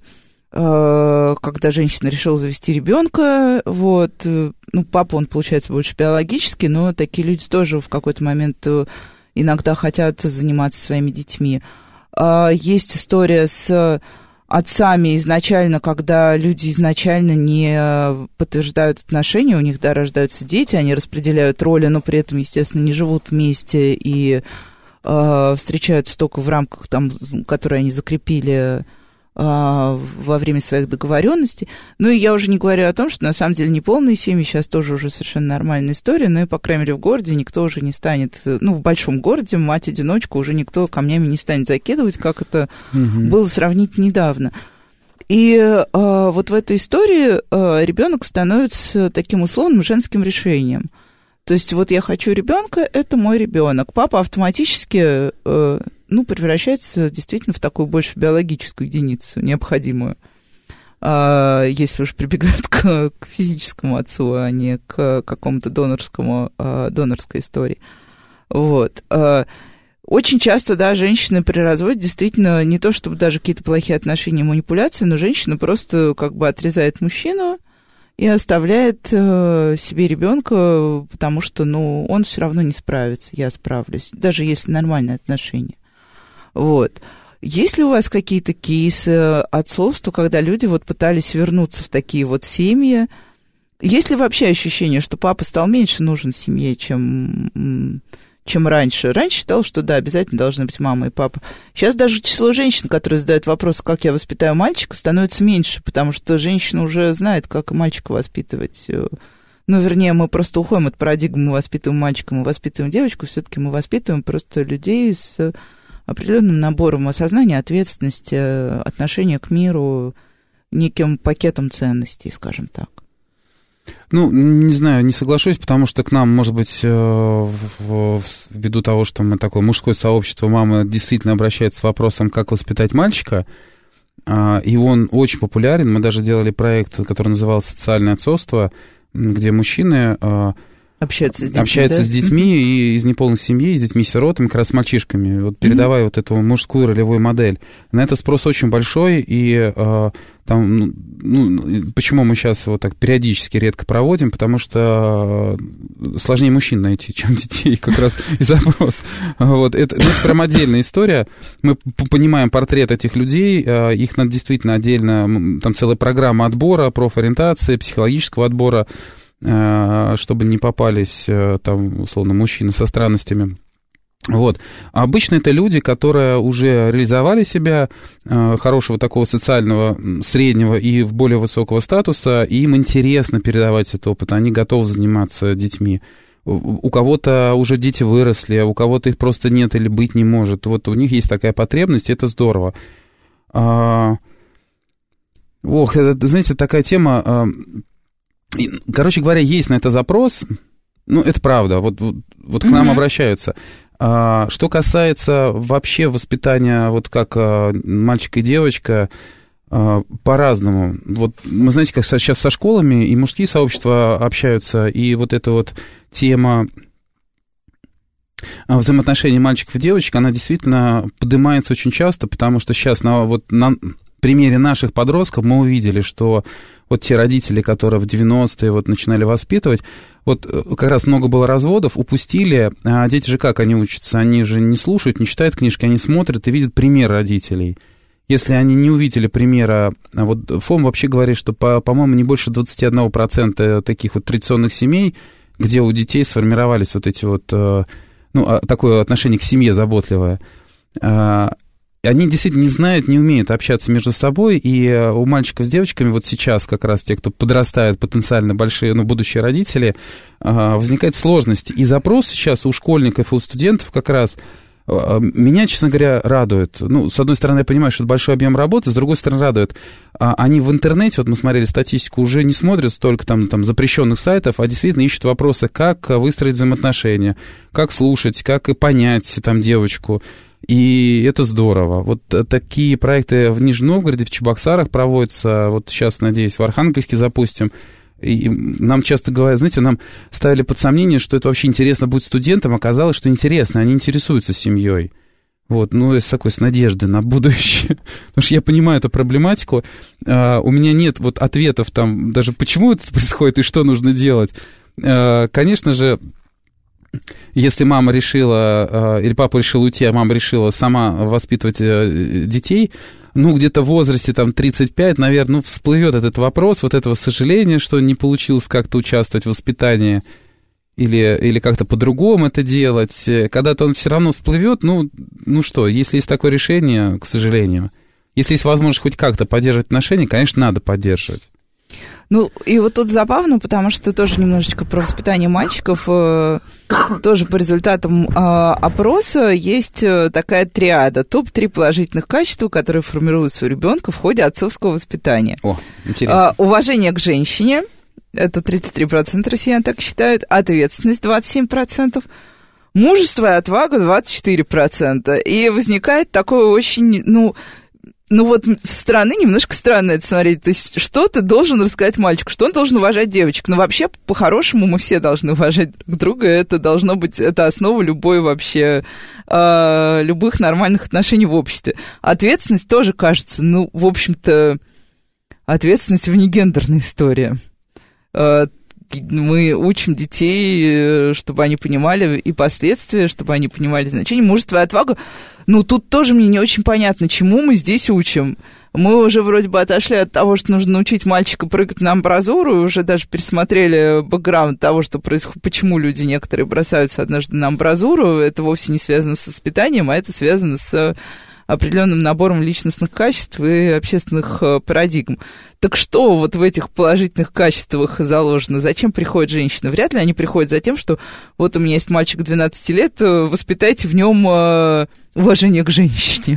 когда женщина решила завести ребенка, вот, ну, папа, он, получается, больше биологический, но такие люди тоже в какой-то момент иногда хотят заниматься своими детьми. Есть история с отцами изначально, когда люди изначально не подтверждают отношения, у них, да, рождаются дети, они распределяют роли, но при этом, естественно, не живут вместе и встречаются только в рамках, там, которые они закрепили а, во время своих договоренностей. Ну, и я уже не говорю о том, что, на самом деле, неполные семьи сейчас тоже уже совершенно нормальная история, но и, по крайней мере, в городе никто уже не станет, ну, в большом городе мать-одиночку уже никто камнями не станет закидывать, как это угу. было сравнительно недавно. И а, вот в этой истории а, ребенок становится таким условным женским решением. То есть вот я хочу ребенка, это мой ребенок. Папа автоматически, э, ну, превращается действительно в такую больше биологическую единицу, необходимую, э, если уж прибегают к, к физическому отцу, а не к какому-то донорскому, э, донорской истории. Вот. Э, очень часто, да, женщины при разводе действительно не то, чтобы даже какие-то плохие отношения, манипуляции, но женщина просто как бы отрезает мужчину и оставляет э, себе ребенка, потому что, ну, он все равно не справится, я справлюсь, даже если нормальные отношения. Вот. Есть ли у вас какие-то кейсы отцовства, когда люди вот пытались вернуться в такие вот семьи? Есть ли вообще ощущение, что папа стал меньше нужен семье, чем... чем раньше. Раньше считал, что да, обязательно должны быть мама и папа. Сейчас даже число женщин, которые задают вопрос, как я воспитаю мальчика, становится меньше, потому что женщина уже знает, как мальчика воспитывать. Ну, вернее, мы просто уходим от парадигмы, мы воспитываем мальчика, мы воспитываем девочку, все-таки мы воспитываем просто людей с определенным набором осознания, ответственности, отношения к миру, неким пакетом ценностей, скажем так. Ну, не знаю, не соглашусь, потому что к нам, может быть, ввиду того, что мы такое мужское сообщество, мама действительно обращается с вопросом, как воспитать мальчика, и он очень популярен. Мы даже делали проект, который назывался «Социальное отцовство», где мужчины общаются с детьми, общаются да? с детьми и из неполных семей, с детьми-сиротами, как раз с мальчишками, вот передавая mm-hmm. вот эту мужскую ролевую модель. На это спрос очень большой, и там, ну, почему мы сейчас вот так периодически редко проводим, потому что сложнее мужчин найти, чем детей, как раз и запрос. Вот, это, это прям отдельная история. Мы понимаем портрет этих людей, их надо действительно отдельно, там целая программа отбора, профориентации, психологического отбора, чтобы не попались там, условно, мужчины со странностями. Вот. А обычно это люди, которые уже реализовали себя, хорошего такого социального, среднего и в более высокого статуса, и им интересно передавать этот опыт, они готовы заниматься детьми. У кого-то уже дети выросли, у кого-то их просто нет или быть не может. Вот у них есть такая потребность, и это здорово. Ох, это, знаете, такая тема... Короче говоря, есть на это запрос, ну, это правда, вот, вот, вот к нам mm-hmm. обращаются. А, что касается вообще воспитания, вот как а, мальчик и девочка, а, по-разному. Вот мы знаете, как сейчас со школами и мужские сообщества общаются, и вот эта вот тема взаимоотношений мальчиков и девочек, она действительно поднимается очень часто, потому что сейчас на, вот на примере наших подростков мы увидели, что вот те родители, которые в девяностые вот начинали воспитывать, вот как раз много было разводов, упустили, а дети же как они учатся? Они же не слушают, не читают книжки, они смотрят и видят пример родителей. Если они не увидели примера, вот ФОМ вообще говорит, что, по, по-моему, не больше двадцать один процент таких вот традиционных семей где у детей сформировались вот эти вот, ну, такое отношение к семье заботливое. Они действительно не знают, не умеют общаться между собой, и у мальчиков с девочками вот сейчас как раз те, кто подрастают, потенциально большие, ну, будущие родители, возникают сложности. И запрос сейчас у школьников и у студентов как раз меня, честно говоря, радует. Ну, с одной стороны, я понимаю, что это большой объем работы, с другой стороны, радует. Они в интернете, вот мы смотрели статистику, уже не смотрят столько там, там запрещенных сайтов, а действительно ищут вопросы, как выстроить взаимоотношения, как слушать, как понять там девочку. И это здорово. Вот такие проекты в Нижнем Новгороде, в Чебоксарах проводятся. Вот сейчас, надеюсь, в Архангельске запустим. И нам часто говорят, знаете, нам ставили под сомнение, что это вообще интересно будет студентам. Оказалось, что интересно, они интересуются семьей. Вот, ну, с такой, с надеждой на будущее. Потому что я понимаю эту проблематику. А, у меня нет вот ответов там, даже почему это происходит и что нужно делать. А, конечно же, если мама решила, или папа решил уйти, а мама решила сама воспитывать детей, ну, где-то в возрасте там тридцать пять, наверное, ну, всплывет этот вопрос, вот этого сожаления, что не получилось как-то участвовать в воспитании или, или как-то по-другому это делать. Когда-то он все равно всплывет, ну, ну что, если есть такое решение, к сожалению, если есть возможность хоть как-то поддерживать отношения, конечно, надо поддерживать. Ну, и вот тут забавно, потому что тоже немножечко про воспитание мальчиков. Э, тоже по результатам э, опроса есть такая триада. топ три положительных качеств, которые формируются у ребенка в ходе отцовского воспитания. О, интересно. Э, уважение к женщине, это тридцать три процента россиян так считают, ответственность двадцать семь процентов, мужество и отвага двадцать четыре процента. И возникает такое очень, ну... Ну вот со стороны немножко странно это смотреть. То есть что ты должен рассказать мальчику, что он должен уважать девочек. Но вообще, по-хорошему, мы все должны уважать друг друга. Это должно быть, это основа любой вообще, э, любых нормальных отношений в обществе. Ответственность тоже кажется, ну, в общем-то, ответственность внегендерная история. Э, мы учим детей, чтобы они понимали и последствия, чтобы они понимали значение. Мужество и отвага. Ну, тут тоже мне не очень понятно, чему мы здесь учим. Мы уже вроде бы отошли от того, что нужно научить мальчика прыгать на амбразуру, и уже даже пересмотрели бэкграунд того, что происходит, почему люди некоторые бросаются однажды на амбразуру. Это вовсе не связано с воспитанием, а это связано с определенным набором личностных качеств и общественных парадигм. Так что вот в этих положительных качествах заложено? Зачем приходят женщины? Вряд ли они приходят за тем, что вот у меня есть мальчик двенадцати лет, воспитайте в нем уважение к женщине.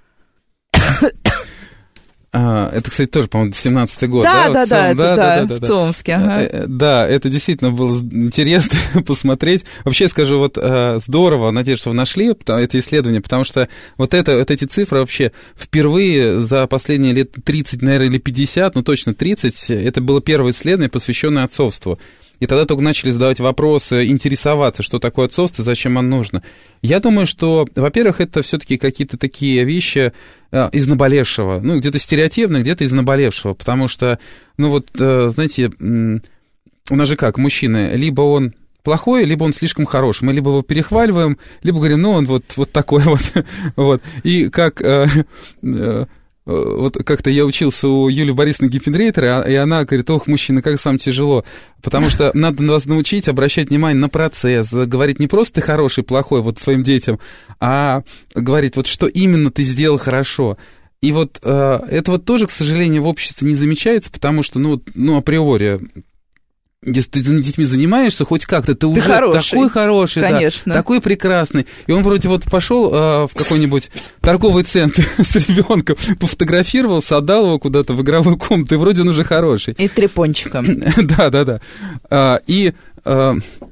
А, это, кстати, тоже, по-моему, семнадцатый год, да? Да, да, вот да, да, да, да, да, да, в да, Цомске, ага. Да, это действительно было интересно посмотреть. Вообще, я скажу, вот здорово, надеюсь, что вы нашли это исследование, потому что вот, это, вот эти цифры вообще впервые за последние лет тридцать, наверное, или пятьдесят, ну точно тридцать, это было первое исследование, посвященное отцовству. И тогда только начали задавать вопросы, интересоваться, что такое отцовство, зачем оно нужно. Я думаю, что, во-первых, это все-таки какие-то такие вещи э, из наболевшего. Ну, где-то стереотипные, где-то из наболевшего. Потому что, ну вот, э, знаете, э, у нас же как, мужчина, либо он плохой, либо он слишком хороший. Мы либо его перехваливаем, либо говорим, ну, он вот, вот такой вот. вот. И как... Э, э, Вот как-то я учился у Юлии Борисовны Гиппенрейтера, и она говорит, ох, мужчина, как сам тяжело. Потому что надо вас научить обращать внимание на процесс, говорить не просто ты хороший, плохой вот своим детям, а говорить, вот что именно ты сделал хорошо. И вот э, это вот тоже, к сожалению, в обществе не замечается, потому что, ну, ну априори... Если ты детьми занимаешься, хоть как-то, ты, ты уже хороший. Такой хороший, да, такой прекрасный. И он вроде вот пошел э, в какой-нибудь торговый центр с ребенком, пофотографировался, отдал его куда-то в игровую комнату, и вроде он уже хороший. И трепончиком. Да, да, да. А, и а,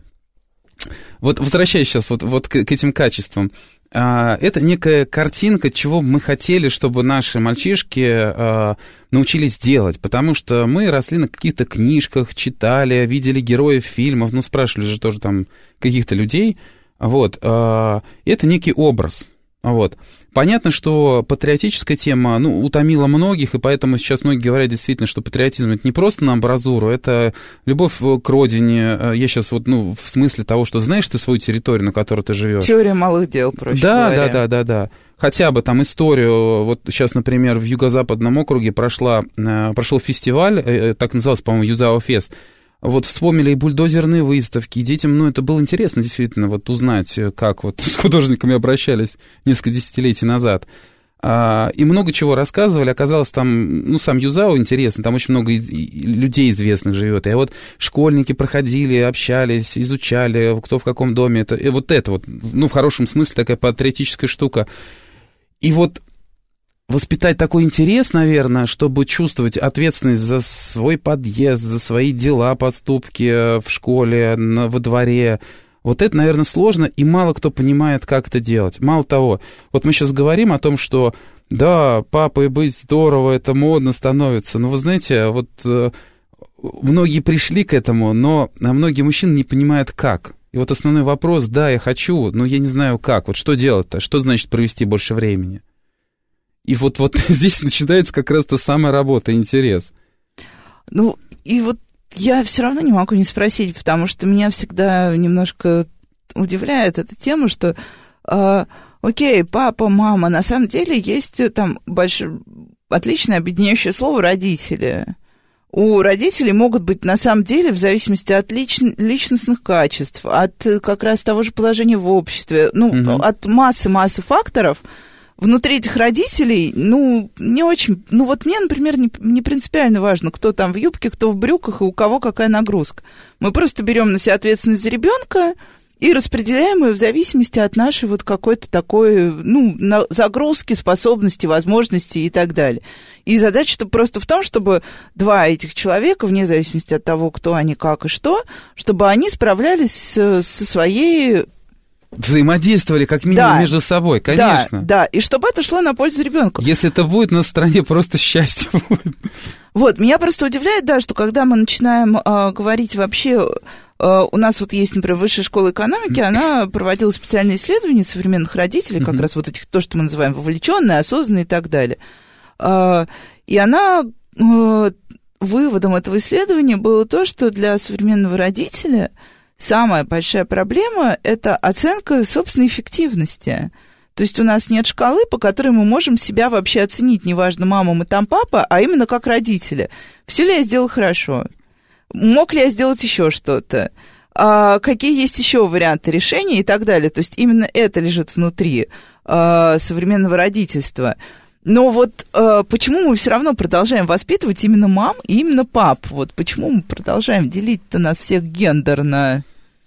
вот возвращаясь сейчас вот, вот к, к этим качествам. А, это некая картинка, чего мы хотели, чтобы наши мальчишки а, научились делать, потому что мы росли на каких-то книжках, читали, видели героев фильмов, ну, спрашивали же тоже там каких-то людей, вот, а, это некий образ, вот. Понятно, что патриотическая тема, ну, утомила многих, и поэтому сейчас многие говорят действительно, что патриотизм — это не просто на амбразуру, это любовь к родине. Я сейчас вот, ну, в смысле того, что знаешь ты свою территорию, на которой ты живешь. Теория малых дел, проще да, говоря. Да, да, да, да. Хотя бы там историю, вот сейчас, например, в Юго-Западном округе прошла, прошел фестиваль, так назывался, по-моему, Юзао Фест. вот вспомнили и бульдозерные выставки, и детям, ну, это было интересно действительно вот узнать, как вот с художниками обращались несколько десятилетий назад. И много чего рассказывали, оказалось, там, ну, сам Юзао интересно, там очень много людей известных живет, и вот школьники проходили, общались, изучали, кто в каком доме, это, и вот это вот, ну, в хорошем смысле такая патриотическая штука. И вот воспитать такой интерес, наверное, чтобы чувствовать ответственность за свой подъезд, за свои дела, поступки в школе, на, во дворе, вот это, наверное, сложно, и мало кто понимает, как это делать. Мало того, вот мы сейчас говорим о том, что да, папой быть здорово, это модно становится. Но вы знаете, вот э, многие пришли к этому, но многие мужчины не понимают, как. И вот основной вопрос, да, я хочу, но я не знаю, как. Вот что делать-то? Что значит провести больше времени? И вот, вот здесь начинается как раз та самая работа, интерес. Ну, и вот я все равно не могу не спросить, потому что меня всегда немножко удивляет эта тема, что, э, окей, папа, мама, на самом деле есть там большое, отличное объединяющее слово «родители». У родителей могут быть, на самом деле, в зависимости от лич, личностных качеств, от как раз того же положения в обществе, ну, угу. от массы-массы факторов, внутри этих родителей, ну, не очень... Ну, вот мне, например, не, не принципиально важно, кто там в юбке, кто в брюках и у кого какая нагрузка. Мы просто берем на себя ответственность за ребенка и распределяем ее в зависимости от нашей вот какой-то такой, ну, загрузки, способности, возможностей и так далее. И задача-то просто в том, чтобы два этих человека, вне зависимости от того, кто они, как и что, чтобы они справлялись со своей... Взаимодействовали как минимум да, между собой, конечно. Да, да, и чтобы это шло на пользу ребенку. Если это будет, на стране просто счастье будет. Вот, меня просто удивляет, да, что когда мы начинаем э, говорить вообще... Э, у нас вот есть, например, Высшая школа экономики, она проводила специальные исследования современных родителей, как раз вот этих, то, что мы называем вовлеченные, осознанные и так далее. Э, и она... Э, выводом этого исследования было то, что для современного родителя... Самая большая проблема – это оценка собственной эффективности. То есть у нас нет шкалы, по которой мы можем себя вообще оценить, неважно, мама мы там папа, а именно как родители. Все ли я сделал хорошо? Мог ли я сделать еще что-то? А какие есть еще варианты решения и так далее? То есть именно это лежит внутри а, современного родительства. Но вот э, почему мы все равно продолжаем воспитывать именно мам и именно пап? Вот почему мы продолжаем делить-то нас всех гендерно?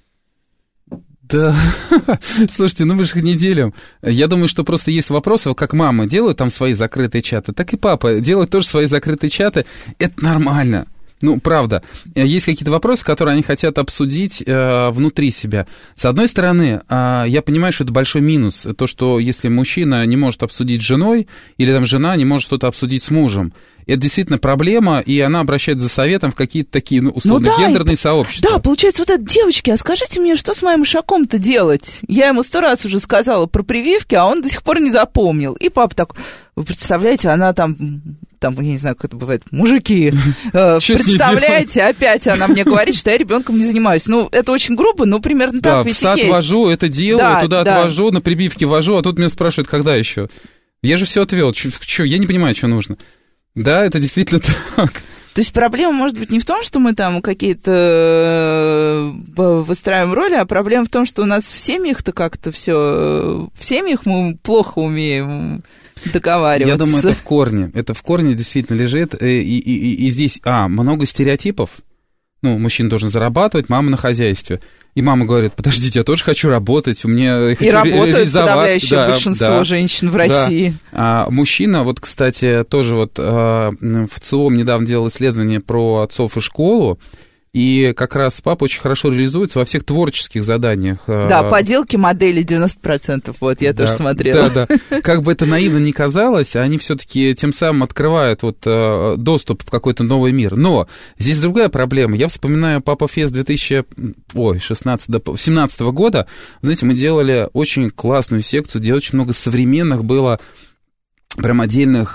Да, слушайте, ну мы же их не делим. Я думаю, что просто есть вопросы, как мама делает там свои закрытые чаты, так и папа делает тоже свои закрытые чаты. Это нормально. Ну, правда, есть какие-то вопросы, которые они хотят обсудить э, внутри себя. С одной стороны, э, я понимаю, что это большой минус, то, что если мужчина не может обсудить с женой, или там жена не может что-то обсудить с мужем, это действительно проблема, и она обращается за советом в какие-то такие, ну, условно, ну, да, гендерные и, сообщества. Да, получается, вот это, девочки, а скажите мне, что с моим ишаком-то делать? Я ему сто раз уже сказала про прививки, а он до сих пор не запомнил. И папа так, вы представляете, она там... там, я не знаю, как это бывает, мужики, э, представляете, опять она мне говорит, что я ребенком не занимаюсь. Ну, это очень грубо, но примерно так ведь и есть. Да, в сад вожу, это делаю, да, туда да. отвожу, на прививки вожу, а тут меня спрашивают, когда еще? Я же все отвел, что, я не понимаю, что нужно. Да, это действительно так. То есть проблема может быть не в том, что мы там какие-то выстраиваем роли, а проблема в том, что у нас в семьях-то как-то все, в семьях мы плохо умеем договариваться. Я думаю, это в корне. Это в корне действительно лежит. И, и, и, и здесь, а, много стереотипов. Ну, мужчина должен зарабатывать, мама на хозяйстве. И мама говорит, подождите, я тоже хочу работать, у меня... Я хочу и работает подавляющее да, большинство да, женщин в России. Да. А мужчина, вот, кстати, тоже вот в ЦИОМ недавно делал исследование про отцов и школу, и как раз папа очень хорошо реализуется во всех творческих заданиях. Да, поделки модели девяносто процентов, вот, я да, тоже смотрела. Да, да. Как бы это наивно ни казалось, они все-таки тем самым открывают вот доступ в какой-то новый мир. Но здесь другая проблема. Я вспоминаю Папа Фест две тысячи семнадцатого года. Знаете, мы делали очень классную секцию, где очень много современных было прям отдельных...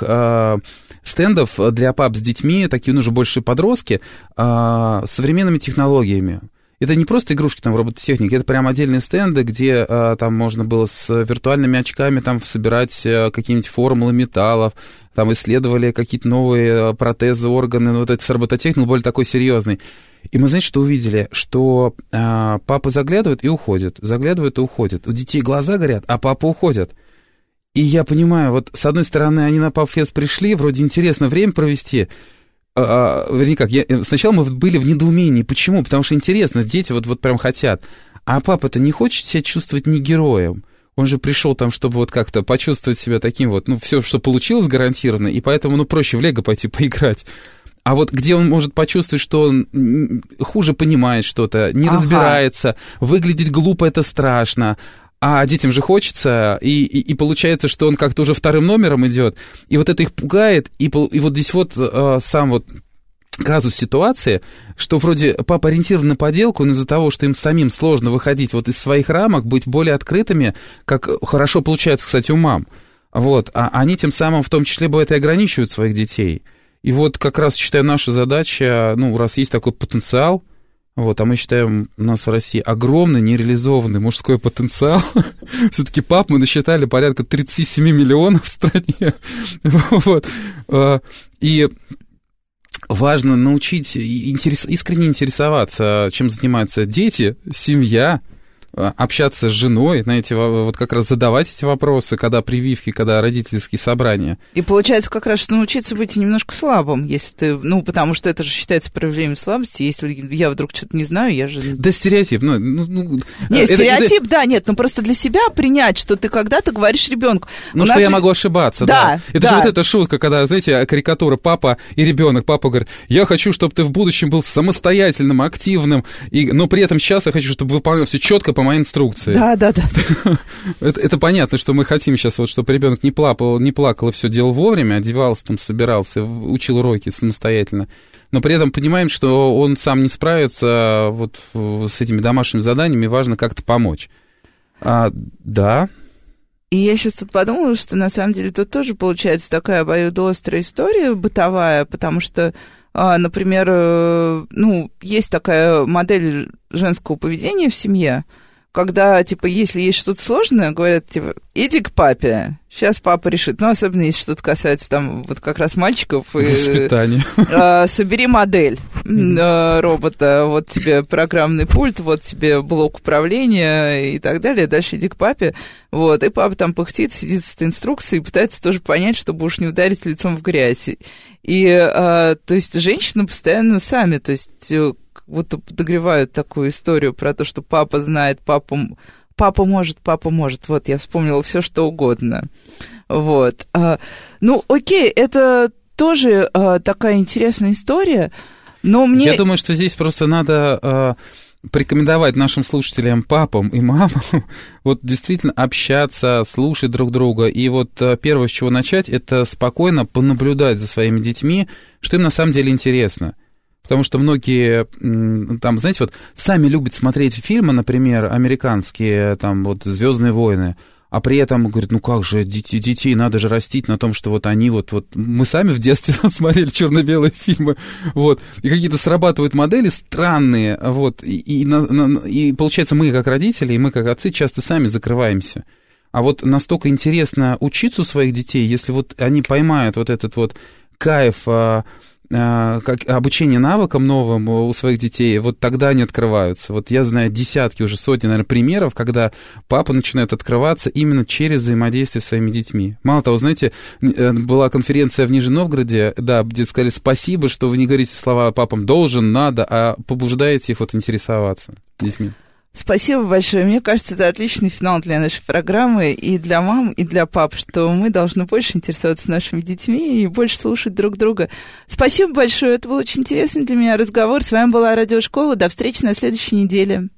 стендов для пап с детьми, такие, ну, уже больше подростки, с современными технологиями. Это не просто игрушки там в робототехнике, это прям отдельные стенды, где а, там можно было с виртуальными очками там собирать а, какие-нибудь формулы металлов, там исследовали какие-то новые протезы, органы, вот это с робототехникой более такой серьезный. И мы, знаете, что увидели? Что а, папа заглядывает и уходит, заглядывает и уходит. У детей глаза горят, а папа уходит. И я понимаю, вот с одной стороны, они на Папфест пришли, вроде интересно время провести. А, вернее как, я, сначала мы были в недоумении. Почему? Потому что интересно, дети вот, вот прям хотят. А папа-то не хочет себя чувствовать не героем. Он же пришел там, чтобы вот как-то почувствовать себя таким вот, ну, все, что получилось, гарантированно, и поэтому, ну, проще в Лего пойти поиграть. А вот где он может почувствовать, что он хуже понимает что-то, не ага. разбирается, выглядеть глупо — это страшно. А детям же хочется, и, и, и получается, что он как-то уже вторым номером идет, и вот это их пугает, и, и вот здесь вот а, сам вот казус ситуации, что вроде папа ориентирован на поделку, но из-за того, что им самим сложно выходить вот из своих рамок, быть более открытыми, как хорошо получается, кстати, у мам, вот, а они тем самым в том числе бывает и ограничивают своих детей. И вот как раз, считаю, наша задача, ну, раз есть такой потенциал, вот, а мы считаем, у нас в России огромный нереализованный мужской потенциал. Все-таки пап мы насчитали порядка тридцать семь миллионов в стране. Вот. И важно научить интерес, искренне интересоваться, чем занимаются дети, семья, общаться с женой, знаете, вот как раз задавать эти вопросы, когда прививки, когда родительские собрания. И получается как раз, что научиться быть немножко слабым, если ты, ну, потому что это же считается проявлением слабости, если я вдруг что-то не знаю, я же... Да, стереотип, ну... ну не, это, стереотип, это... да, нет, но просто для себя принять, что ты когда-то говоришь ребенку. Ну, что же... я могу ошибаться, да. да. Это да. же вот эта шутка, когда, знаете, карикатура папа и ребенок. Папа говорит, я хочу, чтобы ты в будущем был самостоятельным, активным, и... но при этом сейчас я хочу, чтобы выполнял все четко по моей инструкции. Да, да, да. это, это понятно, что мы хотим сейчас, вот, чтобы ребенок не плакал, не плакал и все делал вовремя, одевался, там, собирался, учил уроки самостоятельно. Но при этом понимаем, что он сам не справится вот с этими домашними заданиями, важно как-то помочь. А, да. И я сейчас тут подумала, что на самом деле тут тоже получается такая обоюдоострая история бытовая, потому что, например, ну, есть такая модель женского поведения в семье, когда, типа, если есть что-то сложное, говорят, типа, иди к папе, сейчас папа решит. Ну, особенно если что-то касается, там, вот как раз мальчиков. Воспитание. Э, собери модель э, робота, вот тебе программный пульт, вот тебе блок управления и так далее. Дальше иди к папе, вот, и папа там пыхтит, сидит с этой инструкцией и пытается тоже понять, чтобы уж не ударить лицом в грязь. И, э, то есть, женщины постоянно сами, то есть... вот подогревают такую историю про то, что папа знает, папа, папа может, папа может. Вот, я вспомнила все, что угодно. Вот. А, ну, окей, это тоже а, такая интересная история, но мне... Я думаю, что здесь просто надо а, порекомендовать нашим слушателям, папам и мамам, вот действительно общаться, слушать друг друга. И вот а, первое, с чего начать, это спокойно понаблюдать за своими детьми, что им на самом деле интересно. Потому что многие, там, знаете, вот сами любят смотреть фильмы, например, американские, там, вот, «Звездные войны», а при этом говорят, ну как же, детей, детей надо же растить на том, что вот они вот, вот... Мы сами в детстве смотрели черно-белые фильмы, вот, и какие-то срабатывают модели странные, вот, и, и, на, на, и получается, мы как родители, и мы как отцы часто сами закрываемся. А вот настолько интересно учиться у своих детей, если вот они поймают вот этот вот кайф... как обучение навыкам новым у своих детей, вот тогда они открываются. Вот я знаю десятки, уже сотни, наверное, примеров, когда папа начинает открываться именно через взаимодействие с своими детьми. Мало того, знаете, была конференция в Нижнем Новгороде, да, где сказали спасибо, что вы не говорите слова папам должен, надо, а побуждаете их вот интересоваться детьми. Спасибо большое. Мне кажется, это отличный финал для нашей программы и для мам, и для пап, что мы должны больше интересоваться нашими детьми и больше слушать друг друга. Спасибо большое. Это был очень интересный для меня разговор. С вами была Радиошкола. До встречи на следующей неделе.